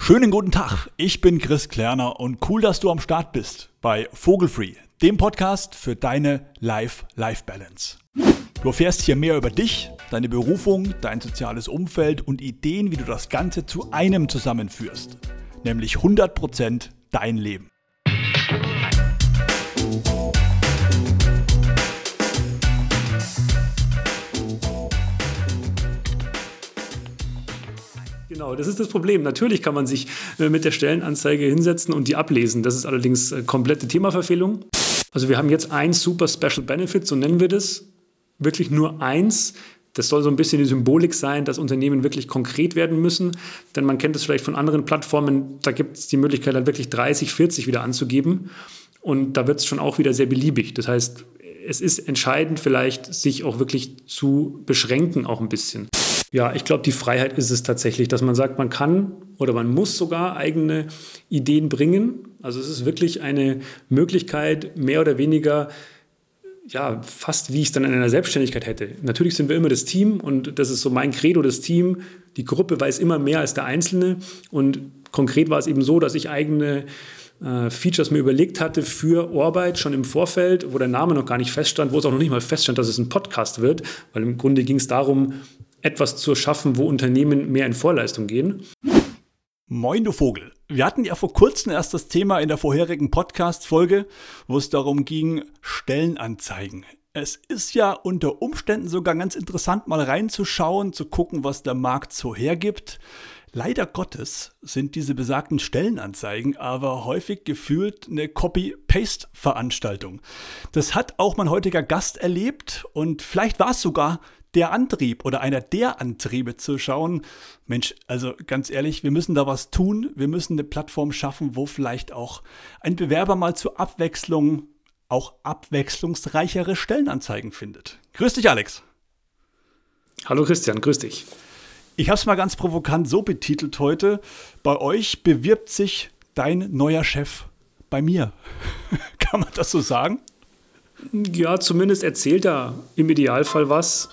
Schönen guten Tag, ich bin Chris Klerner und cool, dass du am Start bist bei Vogelfree, dem Podcast für deine Life-Balance. Du erfährst hier mehr über dich, deine Berufung, dein soziales Umfeld und Ideen, wie du das Ganze zu einem zusammenführst, nämlich 100% dein Leben. Genau, das ist das Problem. Natürlich kann man sich mit der Stellenanzeige hinsetzen und die ablesen. Das ist allerdings komplette Themaverfehlung. Also wir haben jetzt ein super Special Benefit, so nennen wir das. Wirklich nur eins. Das soll so ein bisschen die Symbolik sein, dass Unternehmen wirklich konkret werden müssen. Denn man kennt es vielleicht von anderen Plattformen, da gibt es die Möglichkeit, halt wirklich 30, 40 wieder anzugeben. Und da wird es schon auch wieder sehr beliebig. Das heißt, es ist entscheidend vielleicht, sich auch wirklich zu beschränken auch ein bisschen. Ja, ich glaube, die Freiheit ist es tatsächlich, dass man sagt, man kann oder man muss sogar eigene Ideen bringen. Also es ist wirklich eine Möglichkeit, mehr oder weniger, ja, fast wie ich es dann in einer Selbstständigkeit hätte. Natürlich sind wir immer das Team und das ist so mein Credo, das Team. Die Gruppe weiß immer mehr als der Einzelne und konkret war es eben so, dass ich eigene Features mir überlegt hatte für Orbeit schon im Vorfeld, wo der Name noch gar nicht feststand, wo es auch noch nicht mal feststand, dass es ein Podcast wird, weil im Grunde ging es darum, etwas zu schaffen, wo Unternehmen mehr in Vorleistung gehen. Moin, du Vogel. Wir hatten ja vor kurzem erst das Thema in der vorherigen Podcast-Folge, wo es darum ging, Stellenanzeigen. Es ist ja unter Umständen sogar ganz interessant, mal reinzuschauen, zu gucken, was der Markt so hergibt. Leider Gottes sind diese besagten Stellenanzeigen aber häufig gefühlt eine Copy-Paste-Veranstaltung. Das hat auch mein heutiger Gast erlebt und vielleicht war es sogar der Antrieb oder einer der Antriebe zu schauen, Mensch, also ganz ehrlich, wir müssen da was tun, wir müssen eine Plattform schaffen, wo vielleicht auch ein Bewerber mal zur Abwechslung auch abwechslungsreichere Stellenanzeigen findet. Grüß dich, Alex. Hallo Christian, grüß dich. Ich habe es mal ganz provokant so betitelt heute, bei euch bewirbt sich dein neuer Chef bei mir. Kann man das so sagen? Ja, zumindest erzählt er im Idealfall was.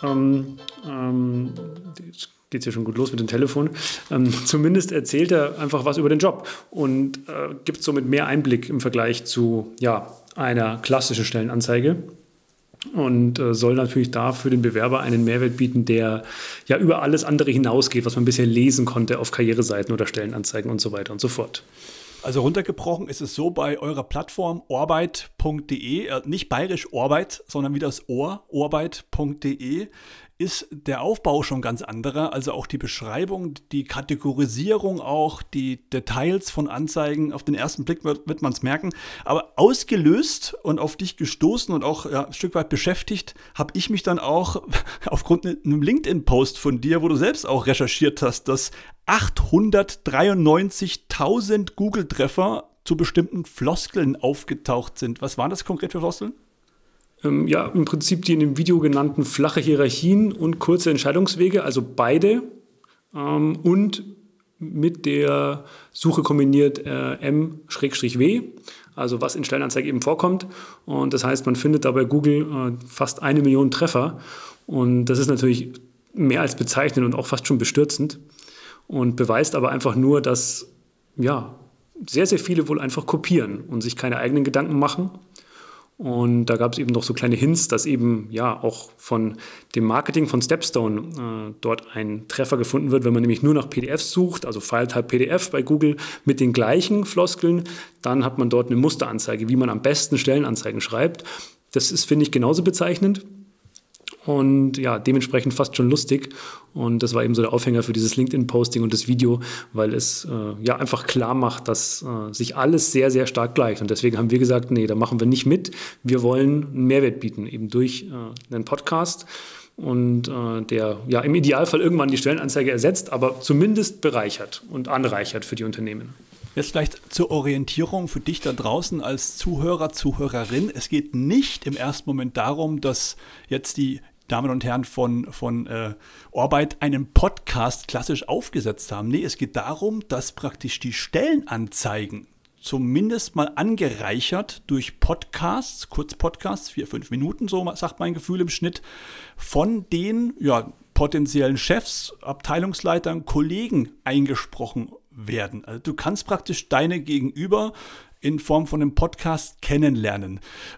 Jetzt geht es ja schon gut los mit dem Telefon. Zumindest erzählt er einfach was über den Job und gibt somit mehr Einblick im Vergleich zu einer klassischen Stellenanzeige. Und soll natürlich da für den Bewerber einen Mehrwert bieten, der ja über alles andere hinausgeht, was man bisher lesen konnte auf Karriereseiten oder Stellenanzeigen und so weiter und so fort. Also runtergebrochen ist es so bei eurer Plattform orbeit.de, nicht bayerisch Orbeit, sondern wie das Ohr, orbeit.de, ist der Aufbau schon ganz anderer. Also auch die Beschreibung, die Kategorisierung auch, die Details von Anzeigen, auf den ersten Blick wird man es merken. Aber ausgelöst und auf dich gestoßen und auch ein Stück weit beschäftigt, habe ich mich dann auch aufgrund einem LinkedIn-Post von dir, wo du selbst auch recherchiert hast, dass 893.000 Google-Treffer zu bestimmten Floskeln aufgetaucht sind. Was waren das konkret für Floskeln? Ja, im Prinzip die in dem Video genannten flache Hierarchien und kurze Entscheidungswege, also beide und mit der Suche kombiniert M-W, also was in Stellenanzeigen eben vorkommt. Und das heißt, man findet da bei Google fast 1 Million Treffer und das ist natürlich mehr als bezeichnend und auch fast schon bestürzend und beweist aber einfach nur, dass sehr, sehr viele wohl einfach kopieren und sich keine eigenen Gedanken machen. Und da gab es eben noch so kleine Hints, dass eben auch von dem Marketing von Stepstone dort ein Treffer gefunden wird, wenn man nämlich nur nach PDFs sucht, also File-Type PDF bei Google mit den gleichen Floskeln, dann hat man dort eine Musteranzeige, wie man am besten Stellenanzeigen schreibt. Das ist, finde ich, genauso bezeichnend und dementsprechend fast schon lustig. Und das war eben so der Aufhänger für dieses LinkedIn-Posting und das Video, weil es einfach klar macht, dass sich alles sehr, sehr stark gleicht. Und deswegen haben wir gesagt, nee, da machen wir nicht mit. Wir wollen einen Mehrwert bieten, eben durch einen Podcast und der im Idealfall irgendwann die Stellenanzeige ersetzt, aber zumindest bereichert und anreichert für die Unternehmen. Jetzt vielleicht zur Orientierung für dich da draußen als Zuhörer, Zuhörerin. Es geht nicht im ersten Moment darum, dass jetzt die Damen und Herren von Orbeit einen Podcast klassisch aufgesetzt haben. Nee, es geht darum, dass praktisch die Stellenanzeigen zumindest mal angereichert durch Podcasts, Kurzpodcasts, 4-5 Minuten, so sagt mein Gefühl im Schnitt, von den potenziellen Chefs, Abteilungsleitern, Kollegen eingesprochen werden. Also du kannst praktisch deine Gegenüber in Form von einem Podcast kennenlernen.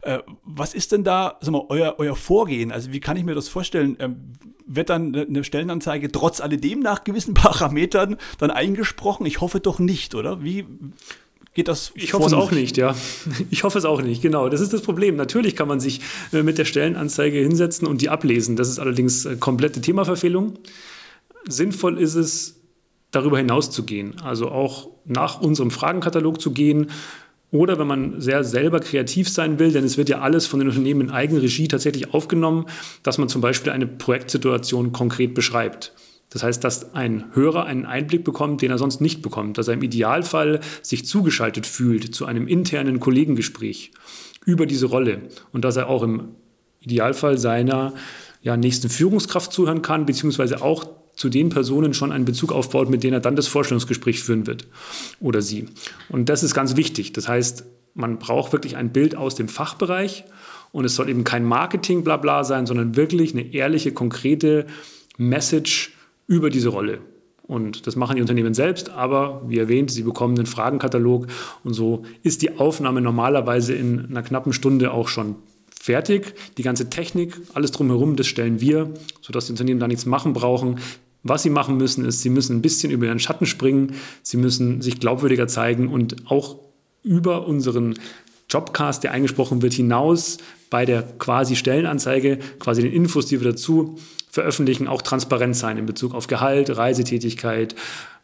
Was ist denn da, sag mal, euer Vorgehen? Also wie kann ich mir das vorstellen? Wird dann eine Stellenanzeige trotz alledem nach gewissen Parametern dann eingesprochen? Ich hoffe doch nicht, oder? Wie geht das? Ich hoffe es auch nicht, ja. Ich hoffe es auch nicht, genau. Das ist das Problem. Natürlich kann man sich mit der Stellenanzeige hinsetzen und die ablesen. Das ist allerdings komplette Themaverfehlung. Sinnvoll ist es, darüber hinaus zu gehen. Also auch nach unserem Fragenkatalog zu gehen. Oder wenn man sehr selber kreativ sein will, denn es wird ja alles von den Unternehmen in Eigenregie tatsächlich aufgenommen, dass man zum Beispiel eine Projektsituation konkret beschreibt. Das heißt, dass ein Hörer einen Einblick bekommt, den er sonst nicht bekommt, dass er im Idealfall sich zugeschaltet fühlt zu einem internen Kollegengespräch über diese Rolle und dass er auch im Idealfall seiner nächsten Führungskraft zuhören kann, beziehungsweise auch zu den Personen schon einen Bezug aufbaut, mit denen er dann das Vorstellungsgespräch führen wird oder sie. Und das ist ganz wichtig. Das heißt, man braucht wirklich ein Bild aus dem Fachbereich und es soll eben kein Marketing-Blabla sein, sondern wirklich eine ehrliche, konkrete Message über diese Rolle. Und das machen die Unternehmen selbst, aber wie erwähnt, sie bekommen einen Fragenkatalog und so ist die Aufnahme normalerweise in einer knappen Stunde auch schon fertig. Die ganze Technik, alles drumherum, das stellen wir, sodass die Unternehmen da nichts machen brauchen. Was sie machen müssen, ist, sie müssen ein bisschen über ihren Schatten springen, sie müssen sich glaubwürdiger zeigen und auch über unseren Jobcast, der eingesprochen wird, hinaus bei der quasi Stellenanzeige, quasi den Infos, die wir dazu veröffentlichen, auch transparent sein in Bezug auf Gehalt, Reisetätigkeit,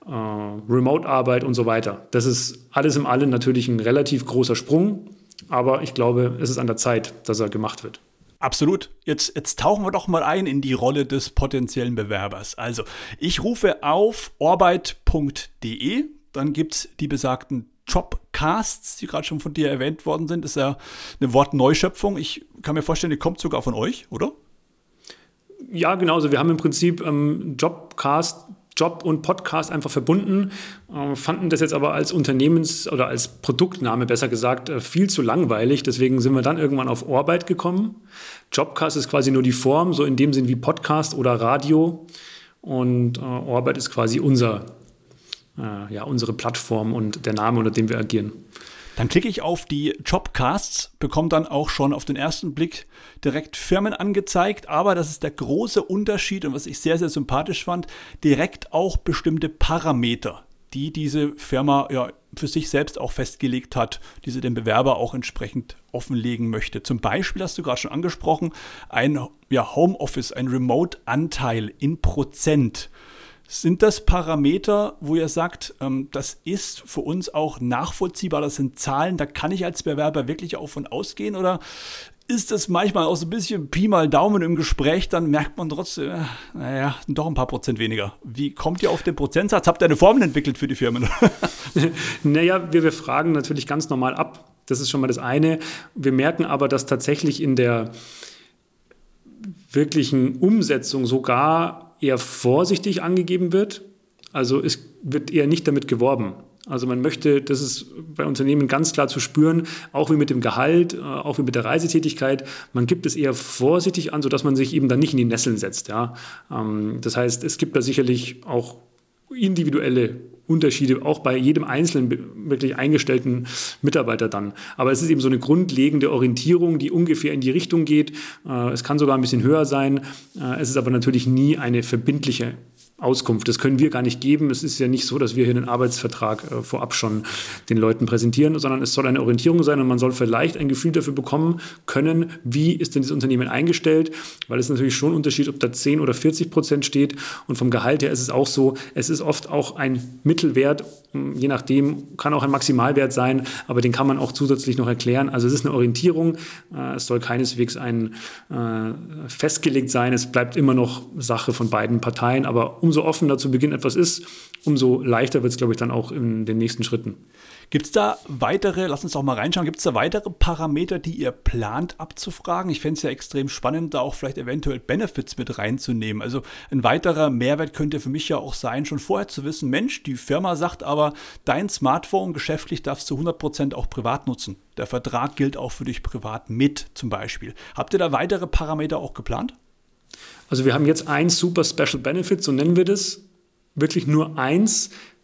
Remote-Arbeit und so weiter. Das ist alles in allem natürlich ein relativ großer Sprung, aber ich glaube, es ist an der Zeit, dass er gemacht wird. Absolut. Jetzt tauchen wir doch mal ein in die Rolle des potenziellen Bewerbers. Also, ich rufe auf orbeit.de, dann gibt es die besagten Jobcasts, die gerade schon von dir erwähnt worden sind. Das ist ja eine Wortneuschöpfung. Ich kann mir vorstellen, die kommt sogar von euch, oder? Ja, genau. Also wir haben im Prinzip Jobcast, Job und Podcast einfach verbunden, fanden das jetzt aber als oder als Produktname besser gesagt viel zu langweilig. Deswegen sind wir dann irgendwann auf Orbeit gekommen. Jobcast ist quasi nur die Form, so in dem Sinn wie Podcast oder Radio. Und Orbeit ist quasi unsere Plattform und der Name, unter dem wir agieren. Dann klicke ich auf die Jobcasts, bekomme dann auch schon auf den ersten Blick direkt Firmen angezeigt, aber das ist der große Unterschied und was ich sehr, sehr sympathisch fand, direkt auch bestimmte Parameter, die diese Firma für sich selbst auch festgelegt hat, die sie dem Bewerber auch entsprechend offenlegen möchte. Zum Beispiel hast du gerade schon angesprochen, ein Homeoffice, ein Remote-Anteil in Prozent. Sind das Parameter, wo ihr sagt, das ist für uns auch nachvollziehbar, das sind Zahlen, da kann ich als Bewerber wirklich auch von ausgehen? Oder ist das manchmal auch so ein bisschen Pi mal Daumen im Gespräch, dann merkt man trotzdem, doch ein paar Prozent weniger. Wie kommt ihr auf den Prozentsatz? Habt ihr eine Formel entwickelt für die Firmen? Naja, wir fragen natürlich ganz normal ab. Das ist schon mal das eine. Wir merken aber, dass tatsächlich in der wirklichen Umsetzung sogar eher vorsichtig angegeben wird. Also es wird eher nicht damit geworben. Also man möchte, das ist bei Unternehmen ganz klar zu spüren, auch wie mit dem Gehalt, auch wie mit der Reisetätigkeit, man gibt es eher vorsichtig an, sodass man sich eben dann nicht in die Nesseln setzt. Ja. Das heißt, es gibt da sicherlich auch individuelle Unterschiede, auch bei jedem einzelnen wirklich eingestellten Mitarbeiter dann. Aber es ist eben so eine grundlegende Orientierung, die ungefähr in die Richtung geht. Es kann sogar ein bisschen höher sein. Es ist aber natürlich nie eine verbindliche Auskunft. Das können wir gar nicht geben. Es ist ja nicht so, dass wir hier einen Arbeitsvertrag vorab schon den Leuten präsentieren, sondern es soll eine Orientierung sein und man soll vielleicht ein Gefühl dafür bekommen können, wie ist denn dieses Unternehmen eingestellt, weil es natürlich schon ein Unterschied, ob da 10 oder 40% steht und vom Gehalt her ist es auch so, es ist oft auch ein Mittelwert, je nachdem, kann auch ein Maximalwert sein, aber den kann man auch zusätzlich noch erklären. Also es ist eine Orientierung, es soll keineswegs festgelegt sein, es bleibt immer noch Sache von beiden Parteien, aber umso offener zu Beginn etwas ist, umso leichter wird es, glaube ich, dann auch in den nächsten Schritten. Gibt es da lass uns auch mal reinschauen, gibt es da weitere Parameter, die ihr plant abzufragen? Ich fände es ja extrem spannend, da auch vielleicht eventuell Benefits mit reinzunehmen. Also ein weiterer Mehrwert könnte für mich ja auch sein, schon vorher zu wissen, Mensch, die Firma sagt aber, dein Smartphone geschäftlich darfst du 100% auch privat nutzen. Der Vertrag gilt auch für dich privat mit zum Beispiel. Habt ihr da weitere Parameter auch geplant? Also wir haben jetzt ein super Special Benefit, so nennen wir das, wirklich nur eins,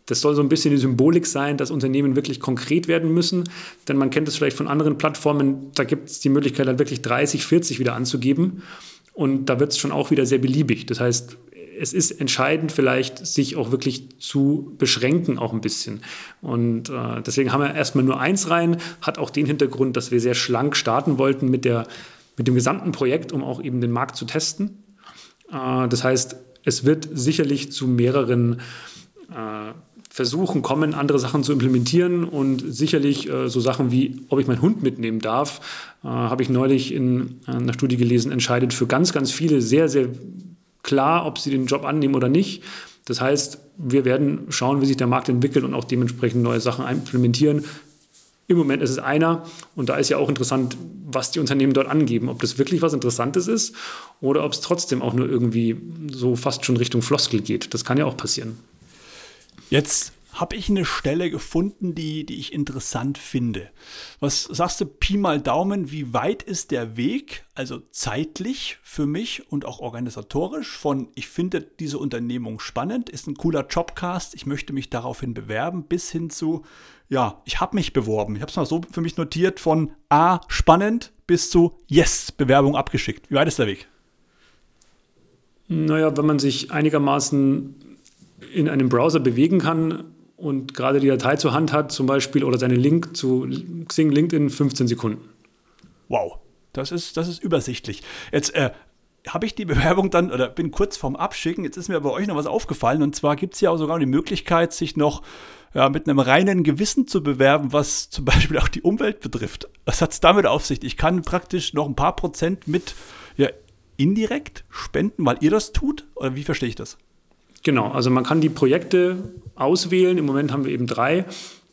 Das soll so ein bisschen die Symbolik sein, dass Unternehmen wirklich konkret werden müssen. Denn man kennt es vielleicht von anderen Plattformen, da gibt es die Möglichkeit, halt wirklich 30, 40 wieder anzugeben. Und da wird es schon auch wieder sehr beliebig. Das heißt, es ist entscheidend vielleicht, sich auch wirklich zu beschränken auch ein bisschen. Und deswegen haben wir erstmal nur 1 rein. Hat auch den Hintergrund, dass wir sehr schlank starten wollten mit dem gesamten Projekt, um auch eben den Markt zu testen. Das heißt, es wird sicherlich zu mehreren Versuchen kommen, andere Sachen zu implementieren und sicherlich so Sachen wie, ob ich meinen Hund mitnehmen darf, habe ich neulich in einer Studie gelesen, entscheidet für ganz, ganz viele sehr, sehr klar, ob sie den Job annehmen oder nicht. Das heißt, wir werden schauen, wie sich der Markt entwickelt und auch dementsprechend neue Sachen implementieren. Im Moment ist es einer und da ist ja auch interessant, was die Unternehmen dort angeben, ob das wirklich was Interessantes ist oder ob es trotzdem auch nur irgendwie so fast schon Richtung Floskel geht. Das kann ja auch passieren. Jetzt habe ich eine Stelle gefunden, die ich interessant finde. Was sagst du, Pi mal Daumen, wie weit ist der Weg, also zeitlich für mich und auch organisatorisch, von ich finde diese Unternehmung spannend, ist ein cooler Jobcast, ich möchte mich daraufhin bewerben, bis hin zu, ja, ich habe mich beworben. Ich habe es mal so für mich notiert, von A, spannend, bis zu Yes, Bewerbung abgeschickt. Wie weit ist der Weg? Naja, wenn man sich einigermaßen in einem Browser bewegen kann und gerade die Datei zur Hand hat, zum Beispiel, oder seinen Link zu Xing, LinkedIn, 15 Sekunden. Wow, das ist übersichtlich. Jetzt habe ich die Bewerbung dann, oder bin kurz vorm Abschicken, jetzt ist mir bei euch noch was aufgefallen, und zwar gibt es ja auch sogar die Möglichkeit, sich noch mit einem reinen Gewissen zu bewerben, was zum Beispiel auch die Umwelt betrifft. Was hat es damit auf sich? Ich kann praktisch noch ein paar Prozent mit indirekt spenden, weil ihr das tut? Oder wie verstehe ich das? Genau, also man kann die Projekte auswählen. Im Moment haben wir eben 3,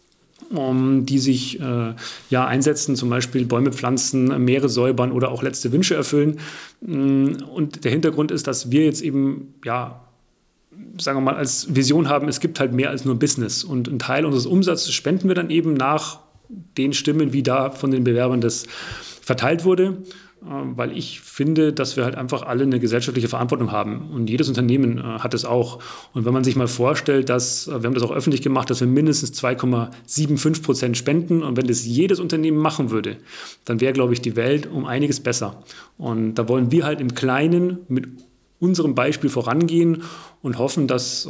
die sich einsetzen, zum Beispiel Bäume pflanzen, Meere säubern oder auch letzte Wünsche erfüllen. Und der Hintergrund ist, dass wir jetzt eben, sagen wir mal, als Vision haben, es gibt halt mehr als nur Business. Und einen Teil unseres Umsatzes spenden wir dann eben nach den Stimmen, wie da von den Bewerbern das verteilt wurde. Weil ich finde, dass wir halt einfach alle eine gesellschaftliche Verantwortung haben. Und jedes Unternehmen hat es auch. Und wenn man sich mal vorstellt, dass, wir haben das auch öffentlich gemacht, dass wir mindestens 2,75% spenden. Und wenn das jedes Unternehmen machen würde, dann wäre, glaube ich, die Welt um einiges besser. Und da wollen wir halt im Kleinen mit unserem Beispiel vorangehen und hoffen, dass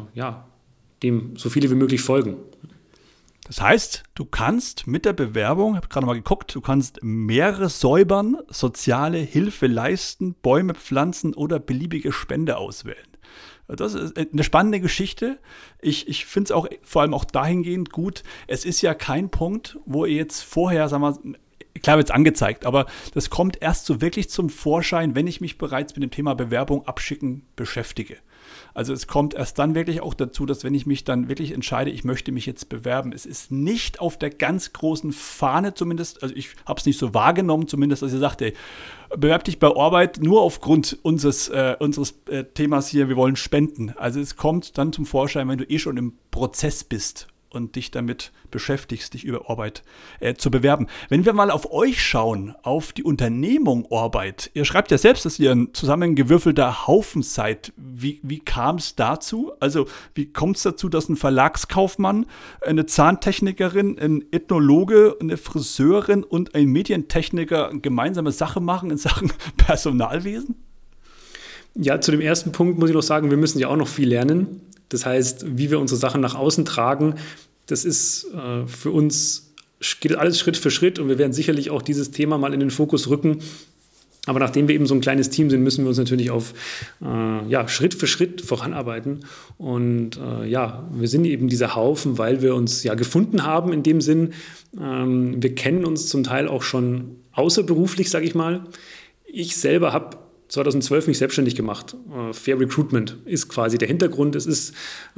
dem so viele wie möglich folgen. Das heißt, du kannst mit der Bewerbung, ich habe gerade mal geguckt, du kannst Meere säubern, soziale Hilfe leisten, Bäume pflanzen oder beliebige Spende auswählen. Das ist eine spannende Geschichte. Ich finde es auch vor allem auch dahingehend gut. Es ist ja kein Punkt, wo ihr jetzt vorher, sagen wir, klar wird es angezeigt, aber das kommt erst so wirklich zum Vorschein, wenn ich mich bereits mit dem Thema Bewerbung abschicken beschäftige. Also es kommt erst dann wirklich auch dazu, dass wenn ich mich dann wirklich entscheide, ich möchte mich jetzt bewerben, es ist nicht auf der ganz großen Fahne zumindest, also ich habe es nicht so wahrgenommen zumindest, dass ihr sagt, ey, bewerb dich bei Arbeit nur aufgrund unseres Themas hier, wir wollen spenden. Also es kommt dann zum Vorschein, wenn du schon im Prozess bist und dich damit beschäftigst, dich über Arbeit zu bewerben. Wenn wir mal auf euch schauen, auf die Unternehmung Arbeit, ihr schreibt ja selbst, dass ihr ein zusammengewürfelter Haufen seid. Wie kam es dazu? Also wie kommt es dazu, dass ein Verlagskaufmann, eine Zahntechnikerin, ein Ethnologe, eine Friseurin und ein Medientechniker eine gemeinsame Sache machen in Sachen Personalwesen? Ja, zu dem ersten Punkt muss ich noch sagen, wir müssen ja auch noch viel lernen. Das heißt, wie wir unsere Sachen nach außen tragen, das ist für uns, geht alles Schritt für Schritt und wir werden sicherlich auch dieses Thema mal in den Fokus rücken. Aber nachdem wir eben so ein kleines Team sind, müssen wir uns natürlich auf Schritt für Schritt voranarbeiten. Und wir sind eben dieser Haufen, weil wir uns gefunden haben in dem Sinn. Wir kennen uns zum Teil auch schon außerberuflich, sage ich mal. Ich selber habe 2012 mich selbstständig gemacht. Fair Recruitment ist quasi der Hintergrund. Es ist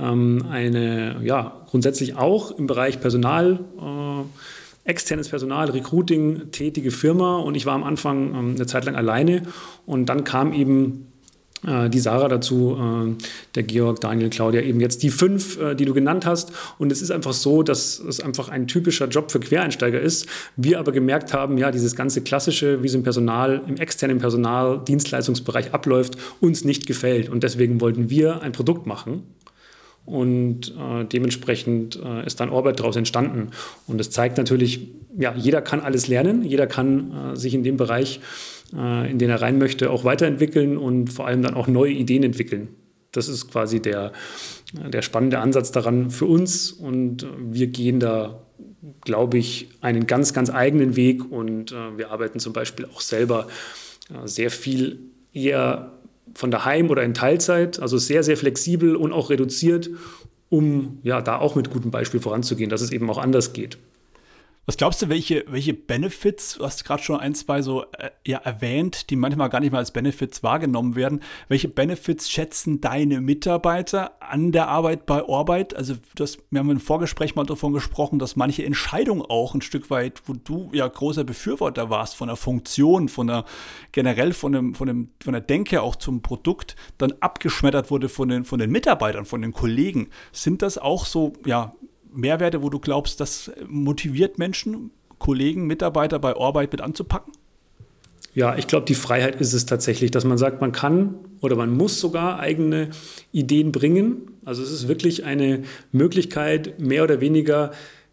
grundsätzlich auch im Bereich Personal, externes Personal, Recruiting tätige Firma. Und ich war am Anfang eine Zeit lang alleine. Und dann kam eben die Sarah dazu, der Georg, Daniel, Claudia, eben jetzt die 5, die du genannt hast. Und es ist einfach so, dass es einfach ein typischer Job für Quereinsteiger ist. Wir aber gemerkt haben, dieses ganze Klassische, wie es im externen Personal, Dienstleistungsbereich abläuft, uns nicht gefällt. Und deswegen wollten wir ein Produkt machen. und dementsprechend ist dann Orbit daraus entstanden. Und das zeigt natürlich, ja, jeder kann alles lernen, jeder kann sich in dem Bereich, in den er rein möchte, auch weiterentwickeln und vor allem dann auch neue Ideen entwickeln. Das ist quasi der spannende Ansatz daran für uns und wir gehen da, glaube ich, einen ganz, ganz eigenen Weg und wir arbeiten zum Beispiel auch selber sehr viel eher von daheim oder in Teilzeit, also sehr, sehr flexibel und auch reduziert, um ja da auch mit gutem Beispiel voranzugehen, dass es eben auch anders geht. Was glaubst du, welche Benefits, du hast gerade schon ein, zwei so erwähnt, die manchmal gar nicht mal als Benefits wahrgenommen werden, welche Benefits schätzen deine Mitarbeiter an der Arbeit bei Orbit? Also wir haben im Vorgespräch mal davon gesprochen, dass manche Entscheidungen auch ein Stück weit, wo du ja großer Befürworter warst von der Funktion, generell von der Denke auch zum Produkt, dann abgeschmettert wurde von den Mitarbeitern, von den Kollegen. Sind das auch so, ja, Mehrwerte, wo du glaubst, das motiviert Menschen, Kollegen, Mitarbeiter bei Orbit mit anzupacken? Ja, ich glaube, die Freiheit ist es tatsächlich, dass man sagt, man kann oder man muss sogar eigene Ideen bringen. Also es ist wirklich eine Möglichkeit, mehr oder weniger,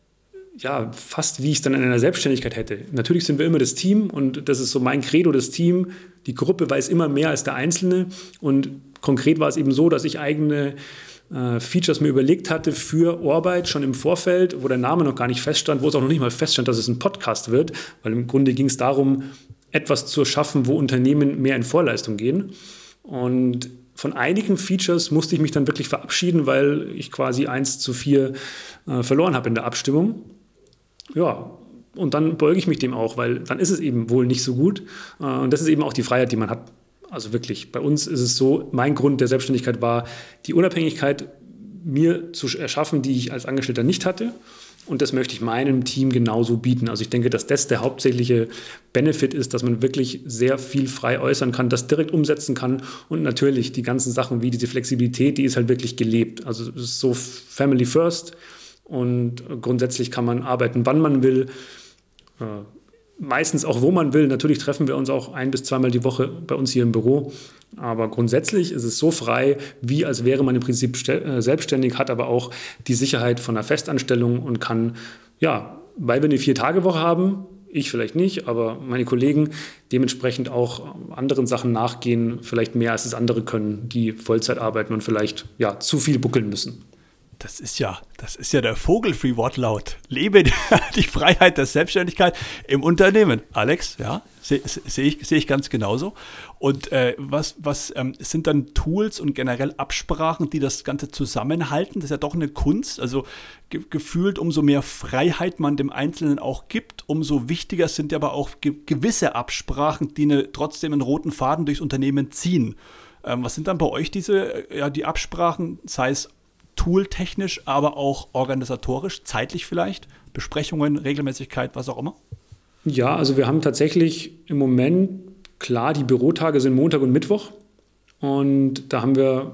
ja, fast wie ich es dann in einer Selbstständigkeit hätte. Natürlich sind wir immer das Team und das ist so mein Credo, das Team. Die Gruppe weiß immer mehr als der Einzelne und konkret war es eben so, dass ich eigene Features mir überlegt hatte für Orbit schon im Vorfeld, wo der Name noch gar nicht feststand, wo es auch noch nicht mal feststand, dass es ein Podcast wird, weil im Grunde ging es darum, etwas zu schaffen, wo Unternehmen mehr in Vorleistung gehen. Und von einigen Features musste ich mich dann wirklich verabschieden, weil ich quasi 1:4 verloren habe in der Abstimmung. Ja, und dann beuge ich mich dem auch, weil dann ist es eben wohl nicht so gut. Und das ist eben auch die Freiheit, die man hat. Also wirklich, bei uns ist es so, mein Grund der Selbstständigkeit war, die Unabhängigkeit mir zu erschaffen, die ich als Angestellter nicht hatte. Und das möchte ich meinem Team genauso bieten. Also ich denke, dass das der hauptsächliche Benefit ist, dass man wirklich sehr viel frei äußern kann, das direkt umsetzen kann. Und natürlich die ganzen Sachen wie diese Flexibilität, die ist halt wirklich gelebt. Also es ist so Family first und grundsätzlich kann man arbeiten, wann man will. Meistens auch, wo man will. Natürlich treffen wir uns auch 1- bis 2-mal die Woche bei uns hier im Büro. Aber grundsätzlich ist es so frei, wie als wäre man im Prinzip selbstständig, hat aber auch die Sicherheit von einer Festanstellung und kann, ja, weil wir eine 4-Tage-Woche haben, ich vielleicht nicht, aber meine Kollegen dementsprechend auch anderen Sachen nachgehen, vielleicht mehr als es andere können, die Vollzeit arbeiten und vielleicht ja zu viel buckeln müssen. Das ist ja der Vogelfree-Wortlaut. Lebe die Freiheit der Selbstständigkeit im Unternehmen. Alex, ja, sehe ich ganz genauso. Und was sind dann Tools und generell Absprachen, die das Ganze zusammenhalten? Das ist ja doch eine Kunst. Also gefühlt, umso mehr Freiheit man dem Einzelnen auch gibt, umso wichtiger sind aber auch gewisse Absprachen, die trotzdem einen roten Faden durchs Unternehmen ziehen. Was sind dann bei euch die Absprachen, sei es tooltechnisch, aber auch organisatorisch, zeitlich vielleicht? Besprechungen, Regelmäßigkeit, was auch immer? Ja, also wir haben tatsächlich im Moment, klar, die Bürotage sind Montag und Mittwoch. Und da haben wir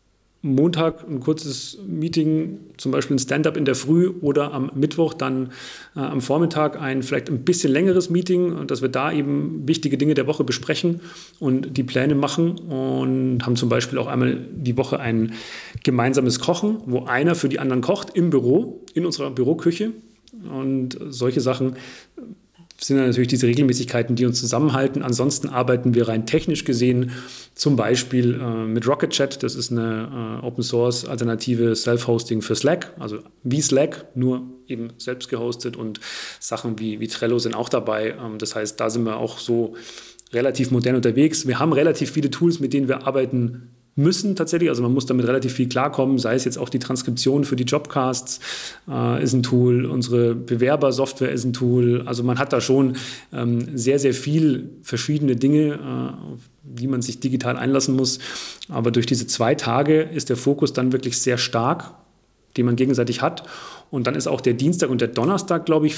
Montag ein kurzes Meeting, zum Beispiel ein Stand-up in der Früh oder am Mittwoch dann am Vormittag ein vielleicht ein bisschen längeres Meeting, dass wir da eben wichtige Dinge der Woche besprechen und die Pläne machen und haben zum Beispiel auch einmal die Woche ein gemeinsames Kochen, wo einer für die anderen kocht im Büro, in unserer Büroküche und solche Sachen sind dann natürlich diese Regelmäßigkeiten, die uns zusammenhalten. Ansonsten arbeiten wir rein technisch gesehen zum Beispiel mit Rocket Chat. Das ist eine Open-Source-Alternative Self-Hosting für Slack, also wie Slack, nur eben selbst gehostet und Sachen wie Trello sind auch dabei. Das heißt, da sind wir auch so relativ modern unterwegs. Wir haben relativ viele Tools, mit denen wir arbeiten müssen tatsächlich, also man muss damit relativ viel klarkommen, sei es jetzt auch die Transkription für die Jobcasts ist ein Tool, unsere Bewerbersoftware ist ein Tool, also man hat da schon sehr, sehr viel verschiedene Dinge, auf die man sich digital einlassen muss, aber durch diese 2 Tage ist der Fokus dann wirklich sehr stark, den man gegenseitig hat und dann ist auch der Dienstag und der Donnerstag, glaube ich,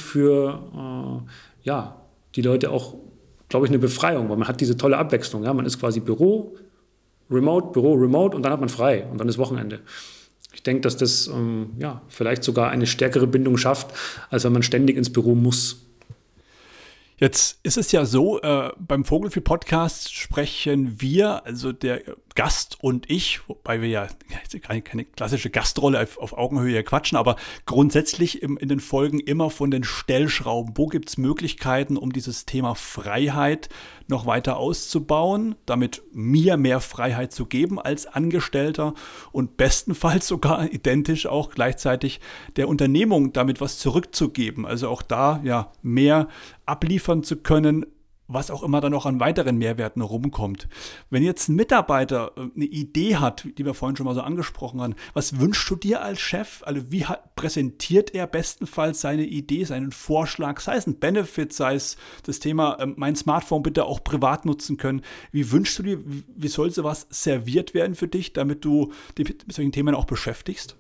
für die Leute auch, glaube ich, eine Befreiung, weil man hat diese tolle Abwechslung, ja? Man ist quasi Büro, Remote und dann hat man frei und dann ist Wochenende. Ich denke, dass das vielleicht sogar eine stärkere Bindung schafft, als wenn man ständig ins Büro muss. Jetzt ist es ja so, beim Vogelfree-Podcast sprechen wir, also der Gast und ich, wobei wir ja keine klassische Gastrolle auf Augenhöhe hier quatschen, aber grundsätzlich in den Folgen immer von den Stellschrauben. Wo gibt es Möglichkeiten, um dieses Thema Freiheit noch weiter auszubauen, damit mir mehr Freiheit zu geben als Angestellter und bestenfalls sogar identisch auch gleichzeitig der Unternehmung damit was zurückzugeben. Also auch da ja mehr abliefern zu können, was auch immer dann noch an weiteren Mehrwerten rumkommt. Wenn jetzt ein Mitarbeiter eine Idee hat, die wir vorhin schon mal so angesprochen haben, was wünschst du dir als Chef? Also wie präsentiert er bestenfalls seine Idee, seinen Vorschlag, sei es ein Benefit, sei es das Thema, mein Smartphone bitte auch privat nutzen können. Wie wünschst du dir, wie soll sowas serviert werden für dich, damit du dich mit solchen Themen auch beschäftigst?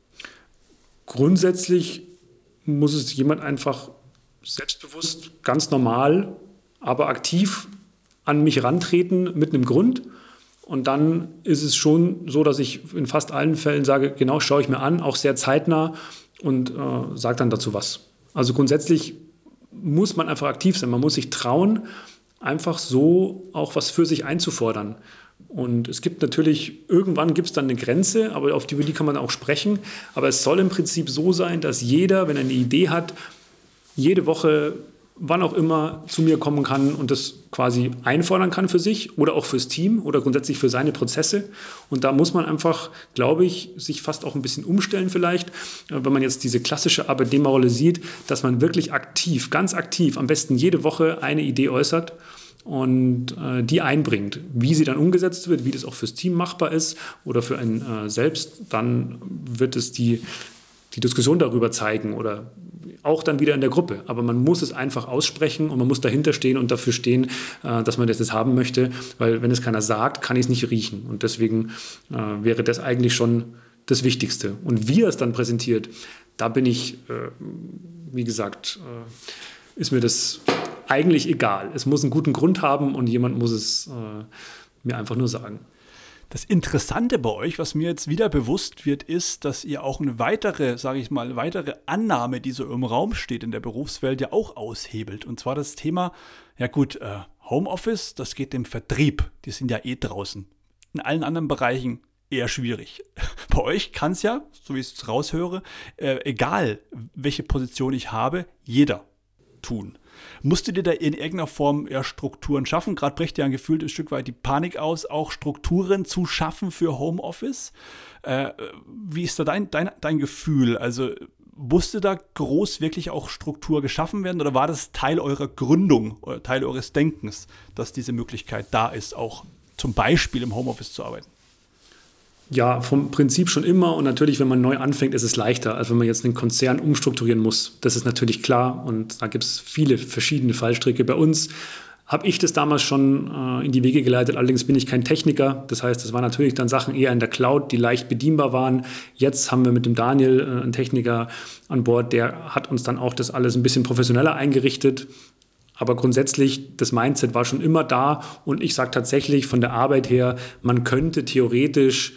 Grundsätzlich muss es jemand einfach selbstbewusst, ganz normal, aber aktiv an mich rantreten mit einem Grund. Und dann ist es schon so, dass ich in fast allen Fällen sage, genau, schaue ich mir an, auch sehr zeitnah und sage dann dazu was. Also grundsätzlich muss man einfach aktiv sein. Man muss sich trauen, einfach so auch was für sich einzufordern. Und es gibt natürlich, irgendwann gibt es dann eine Grenze, aber über die kann man auch sprechen. Aber es soll im Prinzip so sein, dass jeder, wenn er eine Idee hat, jede Woche, wann auch immer, zu mir kommen kann und das quasi einfordern kann für sich oder auch fürs Team oder grundsätzlich für seine Prozesse. Und da muss man einfach, glaube ich, sich fast auch ein bisschen umstellen vielleicht, wenn man jetzt diese klassische Arbeitnehmerrolle sieht, dass man wirklich aktiv, ganz aktiv, am besten jede Woche eine Idee äußert und die einbringt. Wie sie dann umgesetzt wird, wie das auch fürs Team machbar ist oder für einen selbst, dann wird es die Diskussion darüber zeigen oder auch dann wieder in der Gruppe. Aber man muss es einfach aussprechen und man muss dahinter stehen und dafür stehen, dass man das jetzt haben möchte. Weil wenn es keiner sagt, kann ich es nicht riechen. Und deswegen wäre das eigentlich schon das Wichtigste. Und wie er es dann präsentiert, da bin ich, wie gesagt, ist mir das eigentlich egal. Es muss einen guten Grund haben und jemand muss es mir einfach nur sagen. Das Interessante bei euch, was mir jetzt wieder bewusst wird, ist, dass ihr auch eine weitere Annahme, die so im Raum steht in der Berufswelt, ja auch aushebelt. Und zwar das Thema, ja gut, Homeoffice, das geht dem Vertrieb. Die sind ja draußen. In allen anderen Bereichen eher schwierig. Bei euch kann es ja, so wie ich es raushöre, egal welche Position ich habe, jeder tun. Musst du dir da in irgendeiner Form Strukturen schaffen? Gerade bricht ja ein gefühltes Stück weit die Panik aus, auch Strukturen zu schaffen für Homeoffice. Wie ist da dein Gefühl? Also musste da groß wirklich auch Struktur geschaffen werden oder war das Teil eurer Gründung oder Teil eures Denkens, dass diese Möglichkeit da ist, auch zum Beispiel im Homeoffice zu arbeiten? Ja, vom Prinzip schon immer und natürlich, wenn man neu anfängt, ist es leichter, als wenn man jetzt einen Konzern umstrukturieren muss. Das ist natürlich klar und da gibt es viele verschiedene Fallstricke. Bei uns habe ich das damals schon in die Wege geleitet, allerdings bin ich kein Techniker. Das heißt, es waren natürlich dann Sachen eher in der Cloud, die leicht bedienbar waren. Jetzt haben wir mit dem Daniel einen Techniker an Bord, der hat uns dann auch das alles ein bisschen professioneller eingerichtet. Aber grundsätzlich, das Mindset war schon immer da und ich sage tatsächlich von der Arbeit her, man könnte theoretisch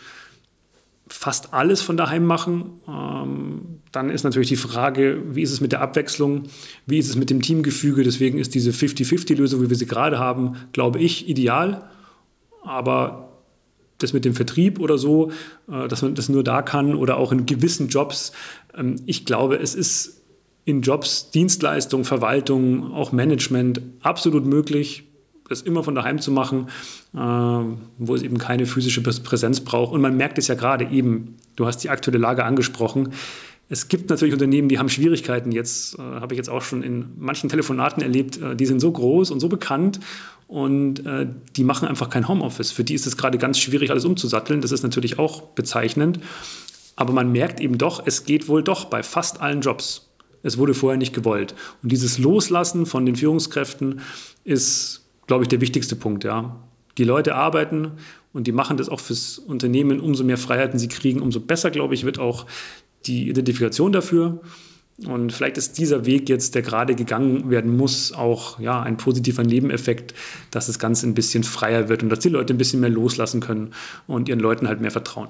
fast alles von daheim machen. Dann ist natürlich die Frage, wie ist es mit der Abwechslung, wie ist es mit dem Teamgefüge. Deswegen ist diese 50-50-Lösung, wie wir sie gerade haben, glaube ich, ideal. Aber das mit dem Vertrieb oder so, dass man das nur da kann oder auch in gewissen Jobs, ich glaube, es ist in Jobs, Dienstleistung, Verwaltung, auch Management absolut möglich, das immer von daheim zu machen, wo es eben keine physische Präsenz braucht. Und man merkt es ja gerade eben, du hast die aktuelle Lage angesprochen. Es gibt natürlich Unternehmen, die haben Schwierigkeiten. Jetzt habe ich jetzt auch schon in manchen Telefonaten erlebt, die sind so groß und so bekannt und die machen einfach kein Homeoffice. Für die ist es gerade ganz schwierig, alles umzusatteln. Das ist natürlich auch bezeichnend. Aber man merkt eben doch, es geht wohl doch bei fast allen Jobs. Es wurde vorher nicht gewollt. Und dieses Loslassen von den Führungskräften ist, glaube ich, der wichtigste Punkt. Ja. Die Leute arbeiten und die machen das auch fürs Unternehmen. Umso mehr Freiheiten sie kriegen, umso besser, glaube ich, wird auch die Identifikation dafür. Und vielleicht ist dieser Weg jetzt, der gerade gegangen werden muss, auch ein positiver Nebeneffekt, dass das Ganze ein bisschen freier wird und dass die Leute ein bisschen mehr loslassen können und ihren Leuten halt mehr vertrauen.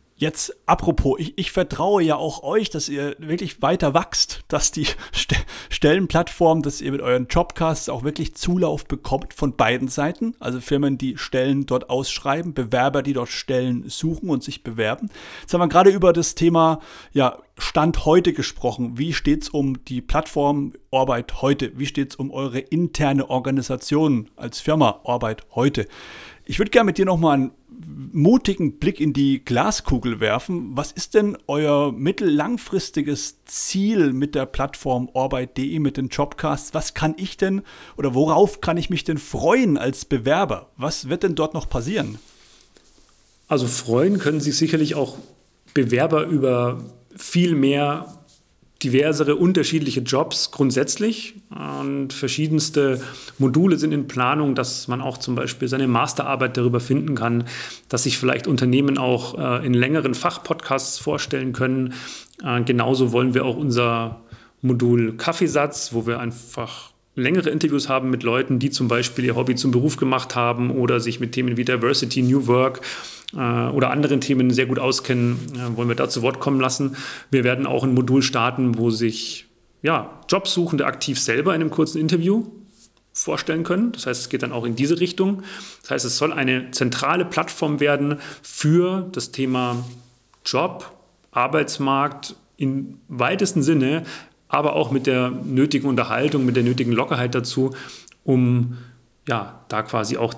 Jetzt apropos, ich vertraue ja auch euch, dass ihr wirklich weiter wachst, dass die Stellenplattform, dass ihr mit euren Jobcasts auch wirklich Zulauf bekommt von beiden Seiten. Also Firmen, die Stellen dort ausschreiben, Bewerber, die dort Stellen suchen und sich bewerben. Jetzt haben wir gerade über das Thema Stand heute gesprochen. Wie steht es um die Plattform Arbeit heute? Wie steht es um eure interne Organisation als Firma Arbeit heute? Ich würde gerne mit dir nochmal einen mutigen Blick in die Glaskugel werfen. Was ist denn euer mittellangfristiges Ziel mit der Plattform Arbeit.de, mit den Jobcasts? Was kann ich denn oder worauf kann ich mich denn freuen als Bewerber? Was wird denn dort noch passieren? Also freuen können sich sicherlich auch Bewerber über viel mehr diversere, unterschiedliche Jobs grundsätzlich und verschiedenste Module sind in Planung, dass man auch zum Beispiel seine Masterarbeit darüber finden kann, dass sich vielleicht Unternehmen auch in längeren Fachpodcasts vorstellen können. Genauso wollen wir auch unser Modul Kaffeesatz, wo wir einfach längere Interviews haben mit Leuten, die zum Beispiel ihr Hobby zum Beruf gemacht haben oder sich mit Themen wie Diversity, New Work oder anderen Themen sehr gut auskennen, wollen wir da zu Wort kommen lassen. Wir werden auch ein Modul starten, wo sich Jobsuchende aktiv selber in einem kurzen Interview vorstellen können. Das heißt, es geht dann auch in diese Richtung. Das heißt, es soll eine zentrale Plattform werden für das Thema Job, Arbeitsmarkt im weitesten Sinne, aber auch mit der nötigen Unterhaltung, mit der nötigen Lockerheit dazu, um da quasi auch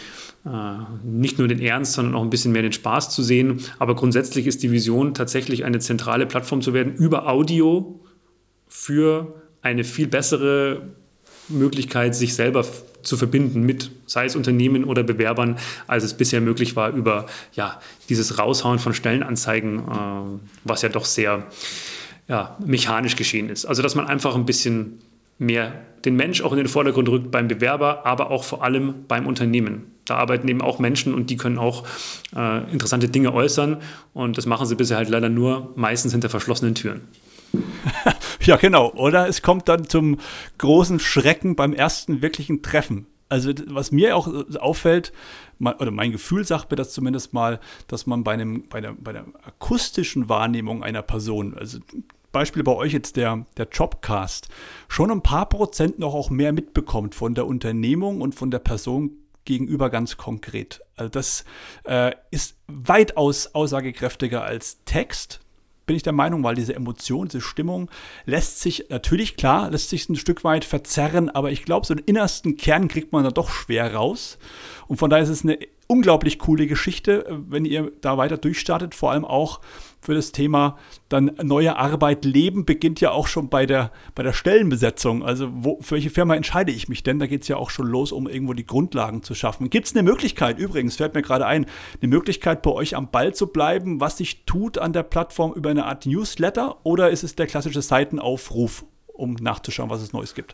nicht nur den Ernst, sondern auch ein bisschen mehr den Spaß zu sehen. Aber grundsätzlich ist die Vision tatsächlich eine zentrale Plattform zu werden über Audio für eine viel bessere Möglichkeit, sich selber zu verbinden mit, sei es Unternehmen oder Bewerbern, als es bisher möglich war über dieses Raushauen von Stellenanzeigen, was ja doch sehr mechanisch geschehen ist. Also dass man einfach ein bisschen mehr den Mensch auch in den Vordergrund rückt beim Bewerber, aber auch vor allem beim Unternehmen. Da arbeiten eben auch Menschen und die können auch interessante Dinge äußern und das machen sie bisher halt leider nur meistens hinter verschlossenen Türen. Ja, genau. Oder es kommt dann zum großen Schrecken beim ersten wirklichen Treffen. Also was mir auch auffällt, oder mein Gefühl sagt mir das zumindest mal, dass man bei der akustischen Wahrnehmung einer Person, also Beispiel bei euch jetzt der Jobcast, schon ein paar Prozent noch auch mehr mitbekommt von der Unternehmung und von der Person gegenüber ganz konkret. Also das ist weitaus aussagekräftiger als Text, bin ich der Meinung, weil diese Emotion, diese Stimmung lässt sich ein Stück weit verzerren, aber ich glaube, so einen innersten Kern kriegt man da doch schwer raus. Und von daher ist es eine unglaublich coole Geschichte, wenn ihr da weiter durchstartet, vor allem auch für das Thema dann neue Arbeit leben, beginnt ja auch schon bei der Stellenbesetzung. Also für welche Firma entscheide ich mich denn? Da geht es ja auch schon los, um irgendwo die Grundlagen zu schaffen. Gibt es eine Möglichkeit, übrigens, fällt mir gerade ein, eine Möglichkeit bei euch am Ball zu bleiben, was sich tut an der Plattform über eine Art Newsletter, oder ist es der klassische Seitenaufruf, um nachzuschauen, was es Neues gibt?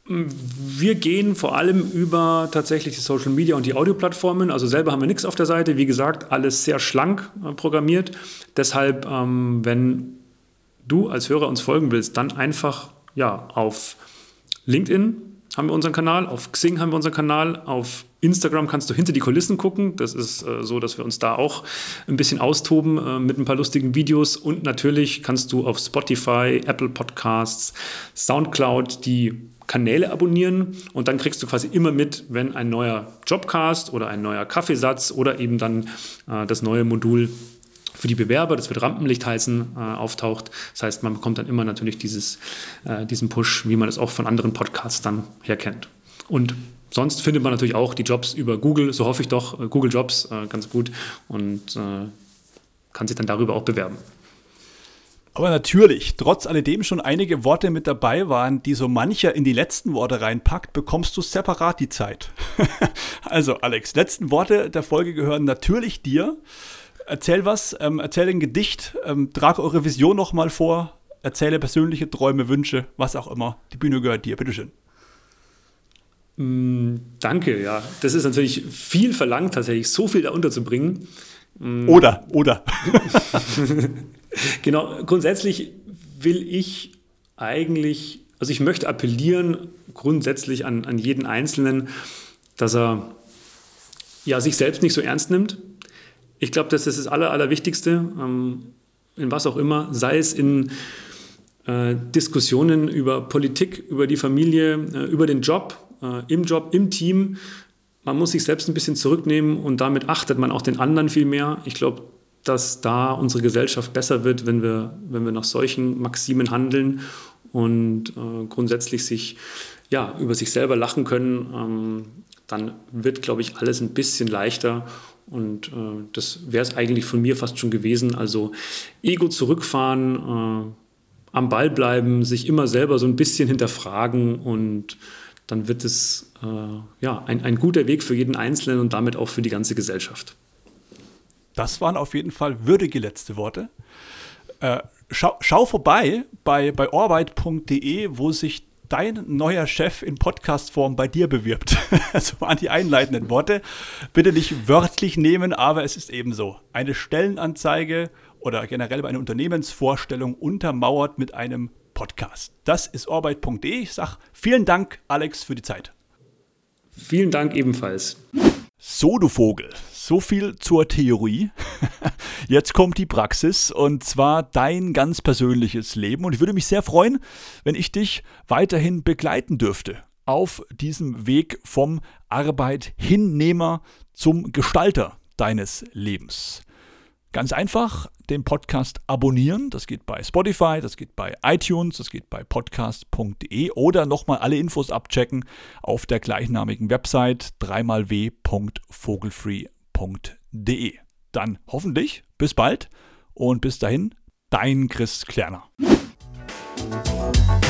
Wir gehen vor allem über tatsächlich die Social Media und die Audioplattformen. Also selber haben wir nichts auf der Seite. Wie gesagt, alles sehr schlank programmiert. Deshalb, wenn du als Hörer uns folgen willst, dann einfach auf LinkedIn haben wir unseren Kanal, auf Xing haben wir unseren Kanal, auf Instagram kannst du hinter die Kulissen gucken. Das ist so, dass wir uns da auch ein bisschen austoben mit ein paar lustigen Videos. Und natürlich kannst du auf Spotify, Apple Podcasts, Soundcloud die Kanäle abonnieren und dann kriegst du quasi immer mit, wenn ein neuer Jobcast oder ein neuer Kaffeesatz oder eben dann das neue Modul für die Bewerber, das wird Rampenlicht heißen, auftaucht. Das heißt, man bekommt dann immer natürlich diesen Push, wie man das auch von anderen Podcasts dann her kennt. Und sonst findet man natürlich auch die Jobs über Google, so hoffe ich doch, Google Jobs ganz gut und kann sich dann darüber auch bewerben. Aber natürlich, trotz alledem schon einige Worte mit dabei waren, die so mancher in die letzten Worte reinpackt, bekommst du separat die Zeit. Also Alex, letzten Worte der Folge gehören natürlich dir. Erzähl was, erzähl ein Gedicht, trag eure Vision nochmal vor, erzähle persönliche Träume, Wünsche, was auch immer. Die Bühne gehört dir, bitteschön. Danke, ja. Das ist natürlich viel verlangt, tatsächlich so viel da unterzubringen. Oder. Genau, grundsätzlich will ich eigentlich, also ich möchte appellieren grundsätzlich an jeden Einzelnen, dass er sich selbst nicht so ernst nimmt. Ich glaube, das ist das Allerwichtigste, in was auch immer, sei es in Diskussionen über Politik, über die Familie, über den Job, im Team. Man muss sich selbst ein bisschen zurücknehmen und damit achtet man auch den anderen viel mehr. Ich glaube, dass da unsere Gesellschaft besser wird, wenn wir nach solchen Maximen handeln und grundsätzlich sich über sich selber lachen können. Dann wird, glaube ich, alles ein bisschen leichter. Und das wäre es eigentlich von mir fast schon gewesen. Also Ego zurückfahren, am Ball bleiben, sich immer selber so ein bisschen hinterfragen und dann wird es ein guter Weg für jeden Einzelnen und damit auch für die ganze Gesellschaft. Das waren auf jeden Fall würdige letzte Worte. Schau vorbei bei orbeit.de, wo sich dein neuer Chef in Podcast-Form bei dir bewirbt. Das waren die einleitenden Worte. Bitte nicht wörtlich nehmen, aber es ist eben so. Eine Stellenanzeige oder generell eine Unternehmensvorstellung untermauert mit einem Podcast. Das ist orbeit.de. Ich sage vielen Dank, Alex, für die Zeit. Vielen Dank ebenfalls. So, du Vogel, so viel zur Theorie. Jetzt kommt die Praxis und zwar dein ganz persönliches Leben. Und ich würde mich sehr freuen, wenn ich dich weiterhin begleiten dürfte auf diesem Weg vom Arbeithinnehmer zum Gestalter deines Lebens. Ganz einfach, den Podcast abonnieren. Das geht bei Spotify, das geht bei iTunes, das geht bei podcast.de oder nochmal alle Infos abchecken auf der gleichnamigen Website www.vogelfree.de. Dann hoffentlich bis bald und bis dahin, dein Chris Klerner.